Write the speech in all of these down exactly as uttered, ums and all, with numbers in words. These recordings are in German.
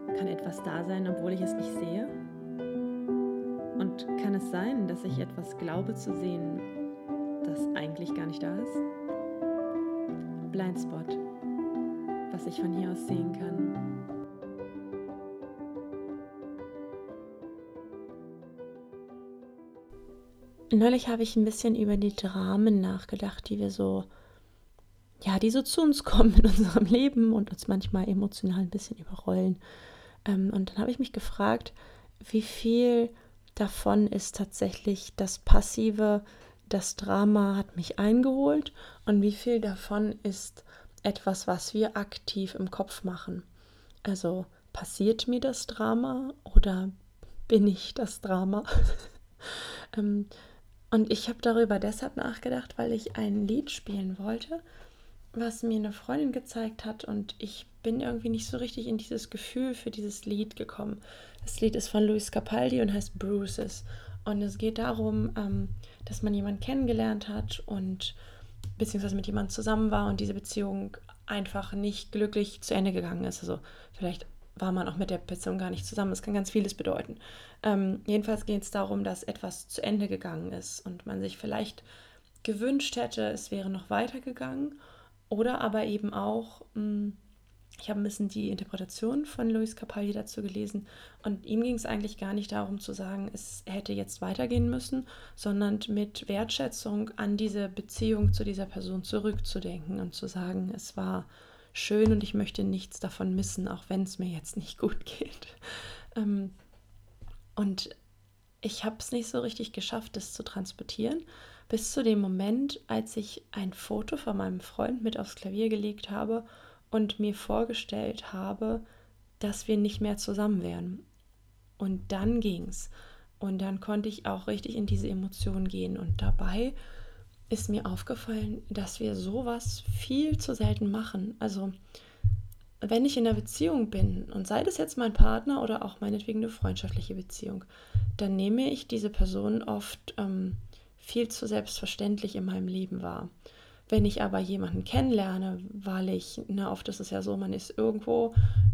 Kann etwas da sein, obwohl ich es nicht sehe? Und kann es sein, dass ich etwas glaube zu sehen, das eigentlich gar nicht da ist? Blindspot, was ich von hier aus sehen kann. Neulich habe ich ein bisschen über die Dramen nachgedacht, die wir so, ja, die so zu uns kommen in unserem Leben und uns manchmal emotional ein bisschen überrollen. Ähm, und dann habe ich mich gefragt, wie viel davon ist tatsächlich das Passive, das Drama hat mich eingeholt und wie viel davon ist etwas, was wir aktiv im Kopf machen. Also passiert mir das Drama oder bin ich das Drama? ähm, und ich habe darüber deshalb nachgedacht, weil ich ein Lied spielen wollte, was mir eine Freundin gezeigt hat und ich bin irgendwie nicht so richtig in dieses Gefühl für dieses Lied gekommen. Das Lied ist von Lewis Capaldi und heißt Bruises und es geht darum, ähm, dass man jemanden kennengelernt hat und beziehungsweise mit jemandem zusammen war und diese Beziehung einfach nicht glücklich zu Ende gegangen ist. Also vielleicht war man auch mit der Person gar nicht zusammen. Das kann ganz vieles bedeuten. Ähm, jedenfalls geht es darum, dass etwas zu Ende gegangen ist und man sich vielleicht gewünscht hätte, es wäre noch weitergegangen. Oder aber eben auch, ich habe ein bisschen die Interpretation von Lewis Capaldi dazu gelesen und ihm ging es eigentlich gar nicht darum zu sagen, es hätte jetzt weitergehen müssen, sondern mit Wertschätzung an diese Beziehung zu dieser Person zurückzudenken und zu sagen, es war schön und ich möchte nichts davon missen, auch wenn es mir jetzt nicht gut geht. Und ich habe es nicht so richtig geschafft, das zu transportieren, bis zu dem Moment, als ich ein Foto von meinem Freund mit aufs Klavier gelegt habe und mir vorgestellt habe, dass wir nicht mehr zusammen wären. Und dann ging's. Und dann konnte ich auch richtig in diese Emotionen gehen. Und dabei ist mir aufgefallen, dass wir sowas viel zu selten machen. Also wenn ich in einer Beziehung bin, und sei das jetzt mein Partner oder auch meinetwegen eine freundschaftliche Beziehung, dann nehme ich diese Person oft ähm, viel zu selbstverständlich in meinem Leben wahr. Wenn ich aber jemanden kennenlerne, weil ich, na, oft ist es ja so, man ist irgendwo,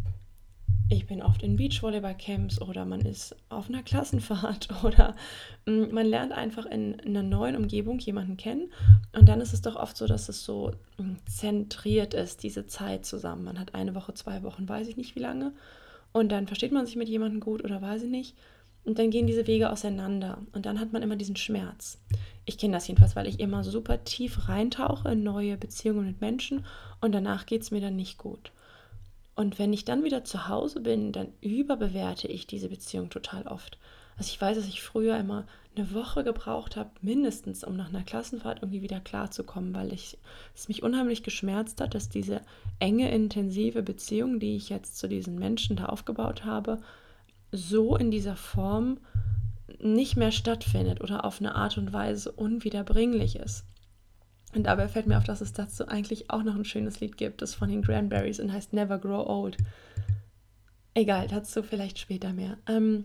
ich bin oft in Beachvolleyball-Camps oder man ist auf einer Klassenfahrt oder mh, man lernt einfach in einer neuen Umgebung jemanden kennen und dann ist es doch oft so, dass es so mh, zentriert ist, diese Zeit zusammen. Man hat eine Woche, zwei Wochen, weiß ich nicht wie lange und dann versteht man sich mit jemandem gut oder weiß ich nicht und dann gehen diese Wege auseinander und dann hat man immer diesen Schmerz. Ich kenne das jedenfalls, weil ich immer super tief reintauche in neue Beziehungen mit Menschen und danach geht es mir dann nicht gut. Und wenn ich dann wieder zu Hause bin, dann überbewerte ich diese Beziehung total oft. Also ich weiß, dass ich früher immer eine Woche gebraucht habe, mindestens, um nach einer Klassenfahrt irgendwie wieder klarzukommen, weil ich, es mich unheimlich geschmerzt hat, dass diese enge, intensive Beziehung, die ich jetzt zu diesen Menschen da aufgebaut habe, so in dieser Form nicht mehr stattfindet oder auf eine Art und Weise unwiederbringlich ist. Und dabei fällt mir auf, dass es dazu eigentlich auch noch ein schönes Lied gibt, das von den Cranberries und heißt Never Grow Old. Egal, dazu vielleicht später mehr. Ähm,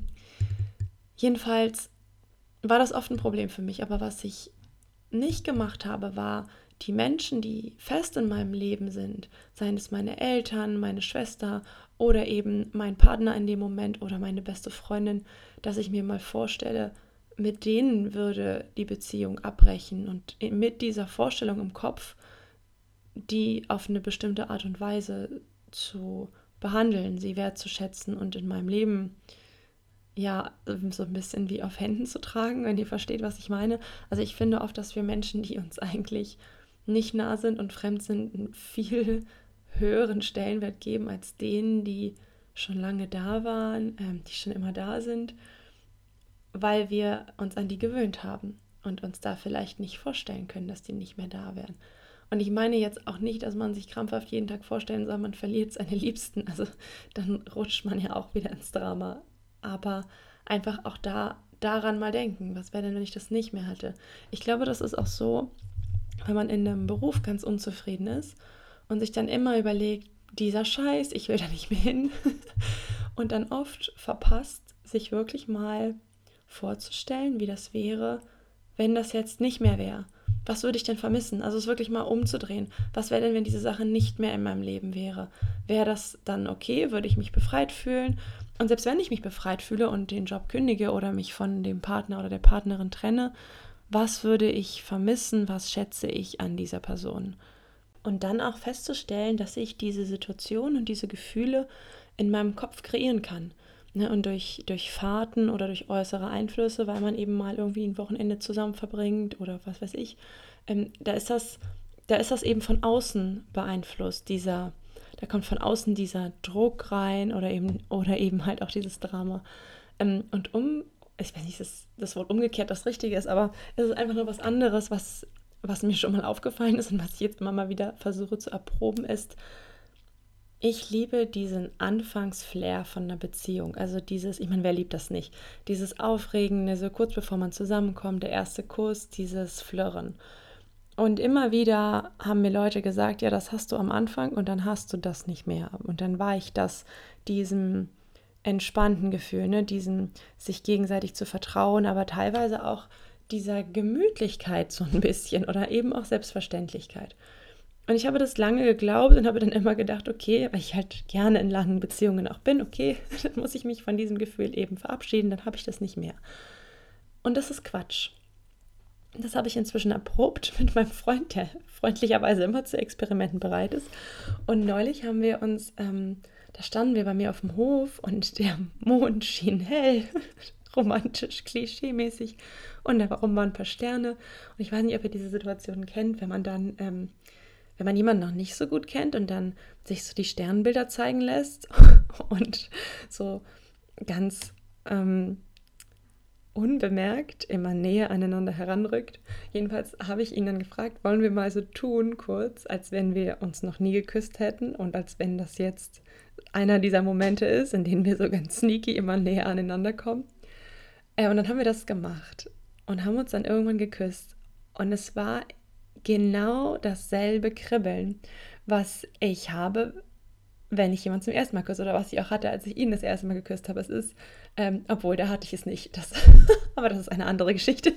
jedenfalls war das oft ein Problem für mich, aber was ich nicht gemacht habe, war, die Menschen, die fest in meinem Leben sind, seien es meine Eltern, meine Schwester oder eben mein Partner in dem Moment oder meine beste Freundin, dass ich mir mal vorstelle, mit denen würde die Beziehung abbrechen und mit dieser Vorstellung im Kopf, die auf eine bestimmte Art und Weise zu behandeln, sie wertzuschätzen und in meinem Leben ja so ein bisschen wie auf Händen zu tragen, wenn ihr versteht, was ich meine. Also ich finde oft, dass wir Menschen, die uns eigentlich nicht nah sind und fremd sind, einen viel höheren Stellenwert geben als denen, die schon lange da waren, ähm, die schon immer da sind, weil wir uns an die gewöhnt haben und uns da vielleicht nicht vorstellen können, dass die nicht mehr da wären. Und ich meine jetzt auch nicht, dass man sich krampfhaft jeden Tag vorstellen soll, man verliert seine Liebsten. Also dann rutscht man ja auch wieder ins Drama. Aber einfach auch da daran mal denken, was wäre denn, wenn ich das nicht mehr hatte? Ich glaube, das ist auch so, wenn man in einem Beruf ganz unzufrieden ist und sich dann immer überlegt, dieser Scheiß, ich will da nicht mehr hin. Und dann oft verpasst, sich wirklich mal vorzustellen, wie das wäre, wenn das jetzt nicht mehr wäre. was würde ich denn vermissen? Also es wirklich mal umzudrehen. Was wäre denn, wenn diese Sache nicht mehr in meinem Leben wäre? Wäre das dann okay? Würde ich mich befreit fühlen? Und selbst wenn ich mich befreit fühle und den Job kündige oder mich von dem Partner oder der Partnerin trenne, was würde ich vermissen? Was schätze ich an dieser Person? Und dann auch festzustellen, dass ich diese Situation und diese Gefühle in meinem Kopf kreieren kann. Ne, und durch, durch Fahrten oder durch äußere Einflüsse, weil man eben mal irgendwie ein Wochenende zusammen verbringt oder was weiß ich, ähm, da ist das, da ist das eben von außen beeinflusst, dieser, da kommt von außen dieser Druck rein oder eben, oder eben halt auch dieses Drama. Ähm, und um, ich weiß nicht, dass das Wort umgekehrt das Richtige ist, aber es ist einfach nur was anderes, was, was mir schon mal aufgefallen ist und was ich jetzt immer mal wieder versuche zu erproben, ist, ich liebe diesen Anfangsflair von einer Beziehung. Also dieses, ich meine, wer liebt das nicht? Dieses Aufregende, so kurz bevor man zusammenkommt, der erste Kuss, dieses Flirren. Und immer wieder haben mir Leute gesagt, ja, das hast du am Anfang und dann hast du das nicht mehr. Und dann war ich das, diesem entspannten Gefühl, ne, diesem sich gegenseitig zu vertrauen, aber teilweise auch dieser Gemütlichkeit so ein bisschen oder eben auch Selbstverständlichkeit. Und ich habe das lange geglaubt und habe dann immer gedacht, okay, weil ich halt gerne in langen Beziehungen auch bin, okay, dann muss ich mich von diesem Gefühl eben verabschieden, dann habe ich das nicht mehr. Und das ist Quatsch. Das habe ich inzwischen erprobt mit meinem Freund, der freundlicherweise immer zu Experimenten bereit ist. Und neulich haben wir uns, ähm, da standen wir bei mir auf dem Hof und der Mond schien hell, romantisch, klischeemäßig. Und da waren ein paar Sterne. Und ich weiß nicht, ob ihr diese Situation kennt, wenn man dann... Ähm, wenn man jemanden noch nicht so gut kennt und dann sich so die Sternbilder zeigen lässt und so ganz ähm, unbemerkt immer näher aneinander heranrückt. Jedenfalls habe ich ihn dann gefragt, wollen wir mal so tun, kurz, als wenn wir uns noch nie geküsst hätten und als wenn das jetzt einer dieser Momente ist, in denen wir so ganz sneaky immer näher aneinander kommen. Äh, und dann haben wir das gemacht und haben uns dann irgendwann geküsst. Und es war genau dasselbe Kribbeln, was ich habe, wenn ich jemanden zum ersten Mal küsse oder was ich auch hatte, als ich ihn das erste Mal geküsst habe. Es ist, ähm, obwohl, da hatte ich es nicht. Das, aber das ist eine andere Geschichte.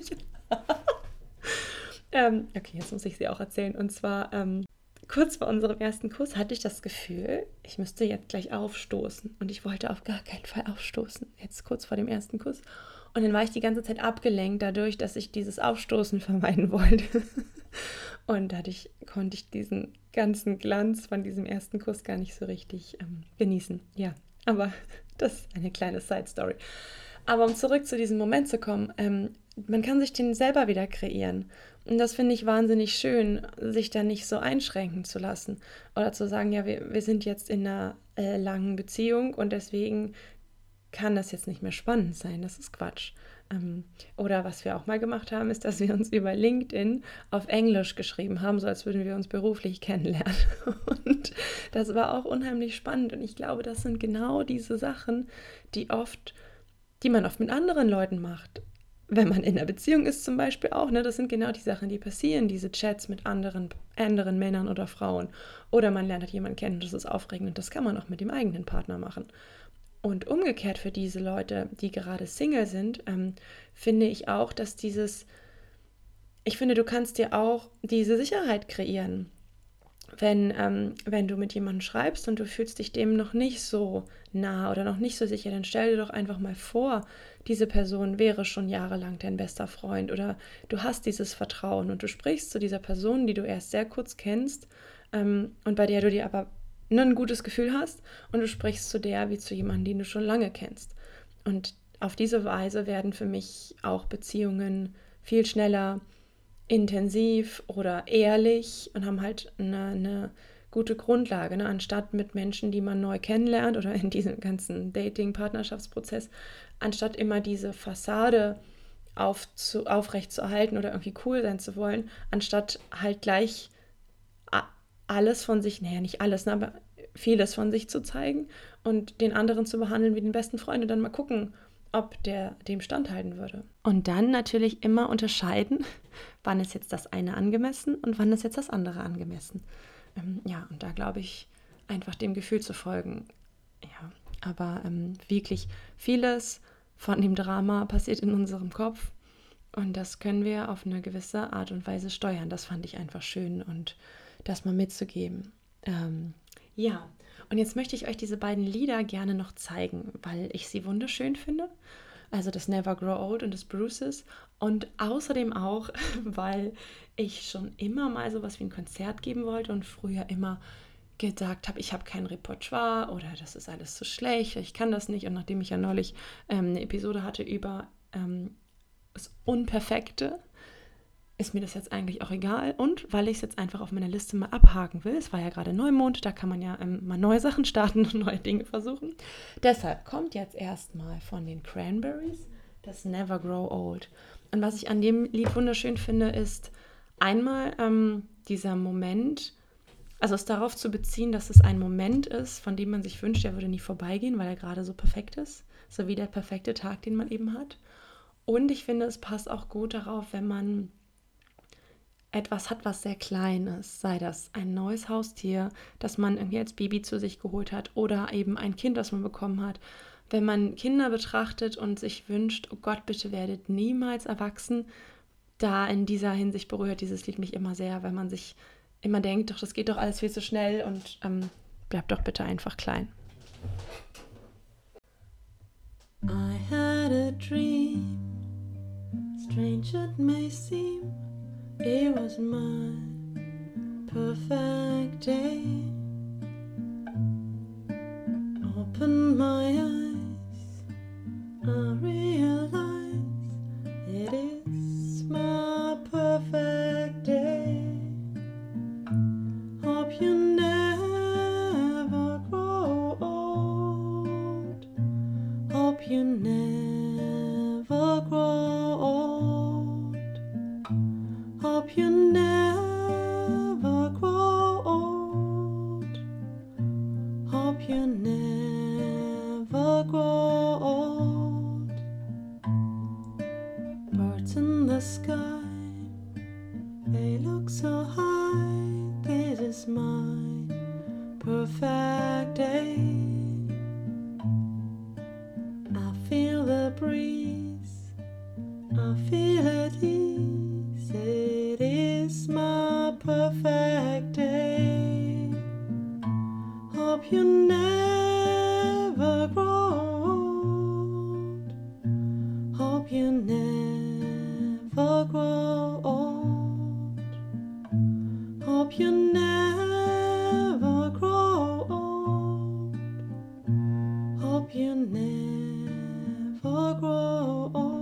ähm, okay, jetzt muss ich sie auch erzählen. Und zwar, ähm, kurz vor unserem ersten Kuss hatte ich das Gefühl, ich müsste jetzt gleich aufstoßen. Und ich wollte auf gar keinen Fall aufstoßen, jetzt kurz vor dem ersten Kuss. Und dann war ich die ganze Zeit abgelenkt dadurch, dass ich dieses Aufstoßen vermeiden wollte. Und dadurch konnte ich diesen ganzen Glanz von diesem ersten Kuss gar nicht so richtig ähm, genießen. Ja, aber das ist eine kleine Side-Story. Aber um zurück zu diesem Moment zu kommen, ähm, man kann sich den selber wieder kreieren. Und das finde ich wahnsinnig schön, sich da nicht so einschränken zu lassen. Oder zu sagen, ja, wir, wir sind jetzt in einer äh, langen Beziehung und deswegen kann das jetzt nicht mehr spannend sein. Das ist Quatsch. Ähm, oder was wir auch mal gemacht haben, ist, dass wir uns über LinkedIn auf Englisch geschrieben haben, so als würden wir uns beruflich kennenlernen. Und das war auch unheimlich spannend. Und ich glaube, das sind genau diese Sachen, die oft, die man oft mit anderen Leuten macht. Wenn man in einer Beziehung ist zum Beispiel auch, ne, das sind genau die Sachen, die passieren, diese Chats mit anderen, anderen Männern oder Frauen. Oder man lernt halt jemanden kennen und das ist aufregend und das kann man auch mit dem eigenen Partner machen. Und umgekehrt für diese Leute, die gerade Single sind, ähm, finde ich auch, dass dieses, ich finde, du kannst dir auch diese Sicherheit kreieren, wenn, ähm, wenn du mit jemandem schreibst und du fühlst dich dem noch nicht so nah oder noch nicht so sicher, dann stell dir doch einfach mal vor, diese Person wäre schon jahrelang dein bester Freund oder du hast dieses Vertrauen und du sprichst zu dieser Person, die du erst sehr kurz kennst ähm, und bei der du dir aber ein gutes Gefühl hast und du sprichst zu der wie zu jemandem, den du schon lange kennst. Und auf diese Weise werden für mich auch Beziehungen viel schneller intensiv oder ehrlich und haben halt eine, eine gute Grundlage, ne? Anstatt mit Menschen, die man neu kennenlernt oder in diesem ganzen Dating-Partnerschaftsprozess, anstatt immer diese Fassade aufzu, aufrechtzuerhalten oder irgendwie cool sein zu wollen, anstatt halt gleich alles von sich, naja, nicht alles, ne, aber vieles von sich zu zeigen und den anderen zu behandeln wie den besten Freund und dann mal gucken, ob der dem standhalten würde. Und dann natürlich immer unterscheiden, wann ist jetzt das eine angemessen und wann ist jetzt das andere angemessen. Ähm, ja, und da glaube ich, einfach dem Gefühl zu folgen. Ja, aber ähm, wirklich vieles von dem Drama passiert in unserem Kopf Und das können wir auf eine gewisse Art und Weise steuern. Das fand ich einfach schön und das mal mitzugeben. Ähm, ja, und jetzt möchte ich euch diese beiden Lieder gerne noch zeigen, weil ich sie wunderschön finde. Also das Never Grow Old und das Bruces. Und außerdem auch, weil ich schon immer mal sowas wie ein Konzert geben wollte und früher immer gesagt habe, ich habe kein Repertoire oder das ist alles zu schlecht, ich kann das nicht. Und nachdem ich ja neulich ähm, eine Episode hatte über ähm, das Unperfekte, ist mir das jetzt eigentlich auch egal. Und weil ich es jetzt einfach auf meiner Liste mal abhaken will, es war ja gerade Neumond, da kann man ja ähm, mal neue Sachen starten und neue Dinge versuchen. Deshalb kommt jetzt erstmal von den Cranberries das Never Grow Old. Und was ich an dem Lied wunderschön finde, ist einmal ähm, dieser Moment, also es darauf zu beziehen, dass es ein Moment ist, von dem man sich wünscht, er würde nie vorbeigehen, weil er gerade so perfekt ist. So wie der perfekte Tag, den man eben hat. Und ich finde, es passt auch gut darauf, wenn man etwas hat, was sehr klein ist, sei das ein neues Haustier, das man irgendwie als Baby zu sich geholt hat oder eben ein Kind, das man bekommen hat. Wenn man Kinder betrachtet und sich wünscht, oh Gott, bitte werdet niemals erwachsen, da in dieser Hinsicht berührt dieses Lied mich immer sehr, weil man sich immer denkt, doch, das geht doch alles viel zu schnell und ähm, bleibt doch bitte einfach klein. I had a dream, strange it may seem, it was my perfect day. Open my eyes, I realize it is my perfect day. Hope you never grow old. Hope you never grow old. Hope you never grow old. Hope you never grow old. Birds in the sky, they look so high. This is my perfect day. I feel the breeze, I feel at ease. It is my perfect day. Hope you never grow old. Hope you never grow old. Hope you never grow old. Hope you never grow old.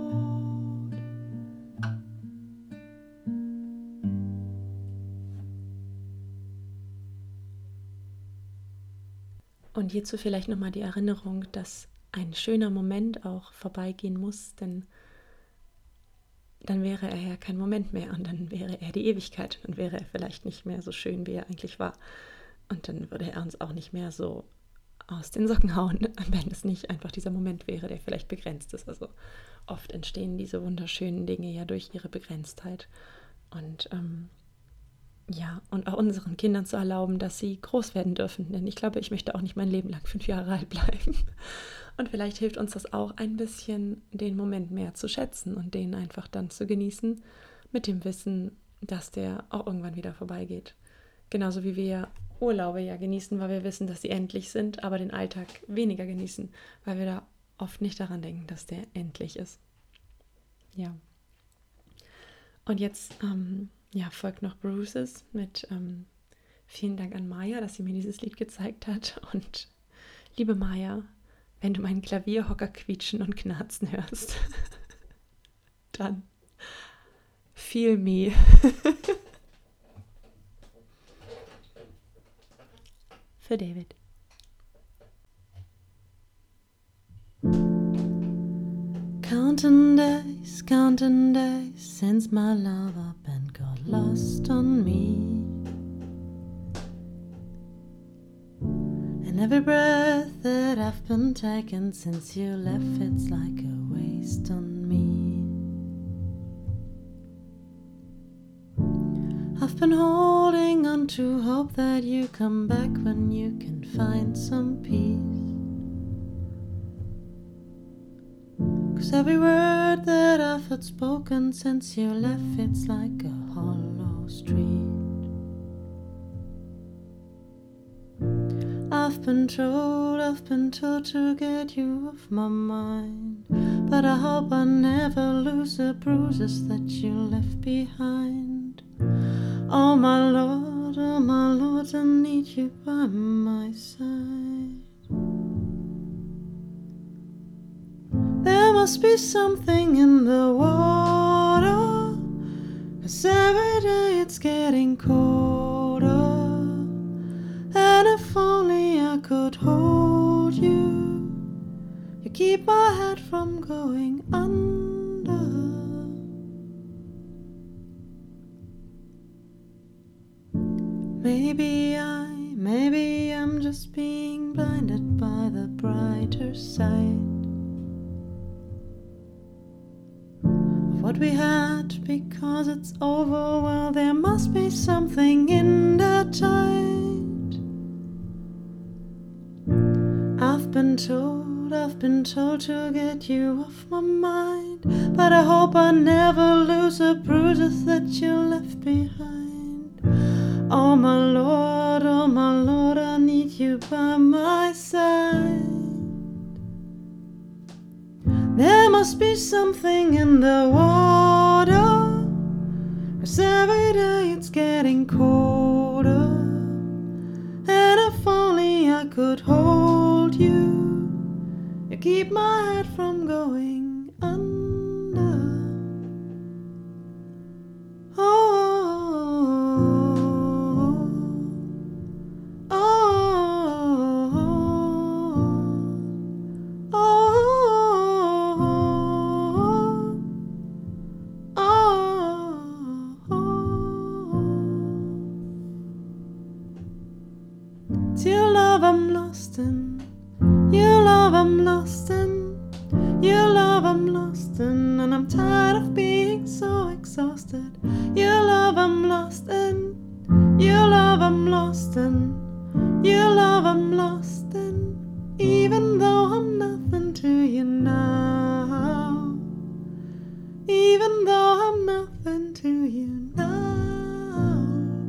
Und hierzu vielleicht nochmal die Erinnerung, dass ein schöner Moment auch vorbeigehen muss, denn dann wäre er ja kein Moment mehr und dann wäre er die Ewigkeit. Dann wäre er vielleicht nicht mehr so schön, wie er eigentlich war. Und dann würde er uns auch nicht mehr so aus den Socken hauen, wenn es nicht einfach dieser Moment wäre, der vielleicht begrenzt ist. Also oft entstehen diese wunderschönen Dinge ja durch ihre Begrenztheit. Und ähm, ja, und auch unseren Kindern zu erlauben, dass sie groß werden dürfen. Denn ich glaube, ich möchte auch nicht mein Leben lang fünf Jahre alt bleiben. Und vielleicht hilft uns das auch ein bisschen, den Moment mehr zu schätzen und den einfach dann zu genießen, mit dem Wissen, dass der auch irgendwann wieder vorbeigeht. Genauso wie wir Urlaube ja genießen, weil wir wissen, dass sie endlich sind, aber den Alltag weniger genießen, weil wir da oft nicht daran denken, dass der endlich ist. Ja. Und jetzt ähm, ja, folgt noch Bruces mit ähm, vielen Dank an Maya, dass sie mir dieses Lied gezeigt hat. Und liebe Maya, wenn du meinen Klavierhocker quietschen und knarzen hörst, dann feel me. Für David. Counting days, counting days since my love up and got lost on me. And every breath that I've been taking since you left feels like a waste on me. I've been holding on to hope that you come back when you can find some peace. 'Cause 'Cause every word that I've heard spoken since you left, it's like a hollow street. I've been told, I've been told to get you off my mind, but I hope I never lose the bruises that you left behind. Oh my Lord, oh my Lord, I need you by my side. There must be something in the water, 'cause every day it's getting colder. And if only I could hold you, you keep my head from going under. Maybe I, maybe I'm just being blinded by the brighter side of what we had, because it's over. Well, there must be something in the tide. I've been told, I've been told to get you off my mind, but I hope I never lose the bruises that you left behind. Oh my Lord, oh my Lord, I need you by my side. There must be something in the water, 'cause every day it's getting colder. And if only I could hold you, you keep my head from going under. Oh, oh, oh, oh, oh, oh. It's your love I'm lost in, your love I'm lost in, your love I'm lost in, and I'm tired of being so exhausted. Your love I'm lost in, your love I'm lost in, your love I'm lost in, even though I'm nothing to you now, even though I'm nothing to you now.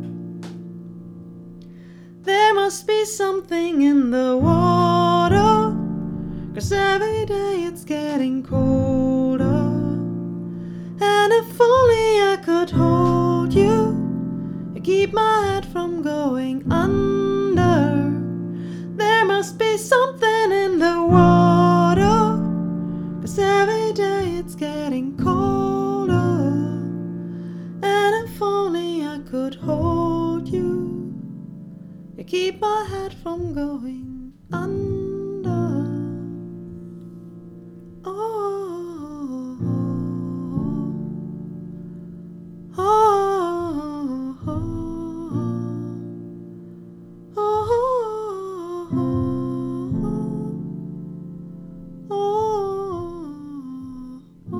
There must be something in the water, 'cause every day it's getting colder. And if only I could hold you, you keep my head from going under. There must be something in the water, 'cause every day it's getting colder. And if only I could hold you, you keep my head from going under. Oh, oh, oh, oh, oh, oh, oh.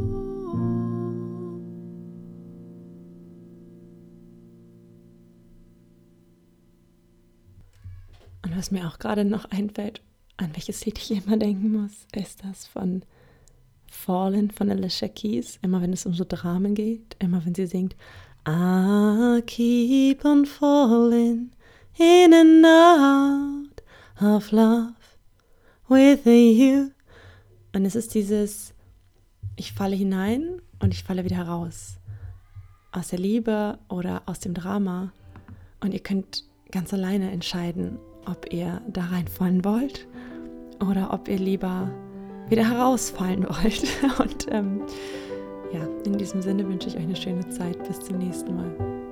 Und was mir auch gerade noch einfällt, an welches Lied ich immer denken muss, ist das von Fallen von Alicia Keys. Immer wenn es um so Dramen geht, immer wenn sie singt, I keep on falling in and out of love with you. Und es ist dieses, ich falle hinein und ich falle wieder heraus. Aus der Liebe oder aus dem Drama. Und ihr könnt ganz alleine entscheiden, ob ihr da reinfallen wollt oder ob ihr lieber wieder herausfallen wollt. Und ähm, ja, in diesem Sinne wünsche ich euch eine schöne Zeit. Bis zum nächsten Mal.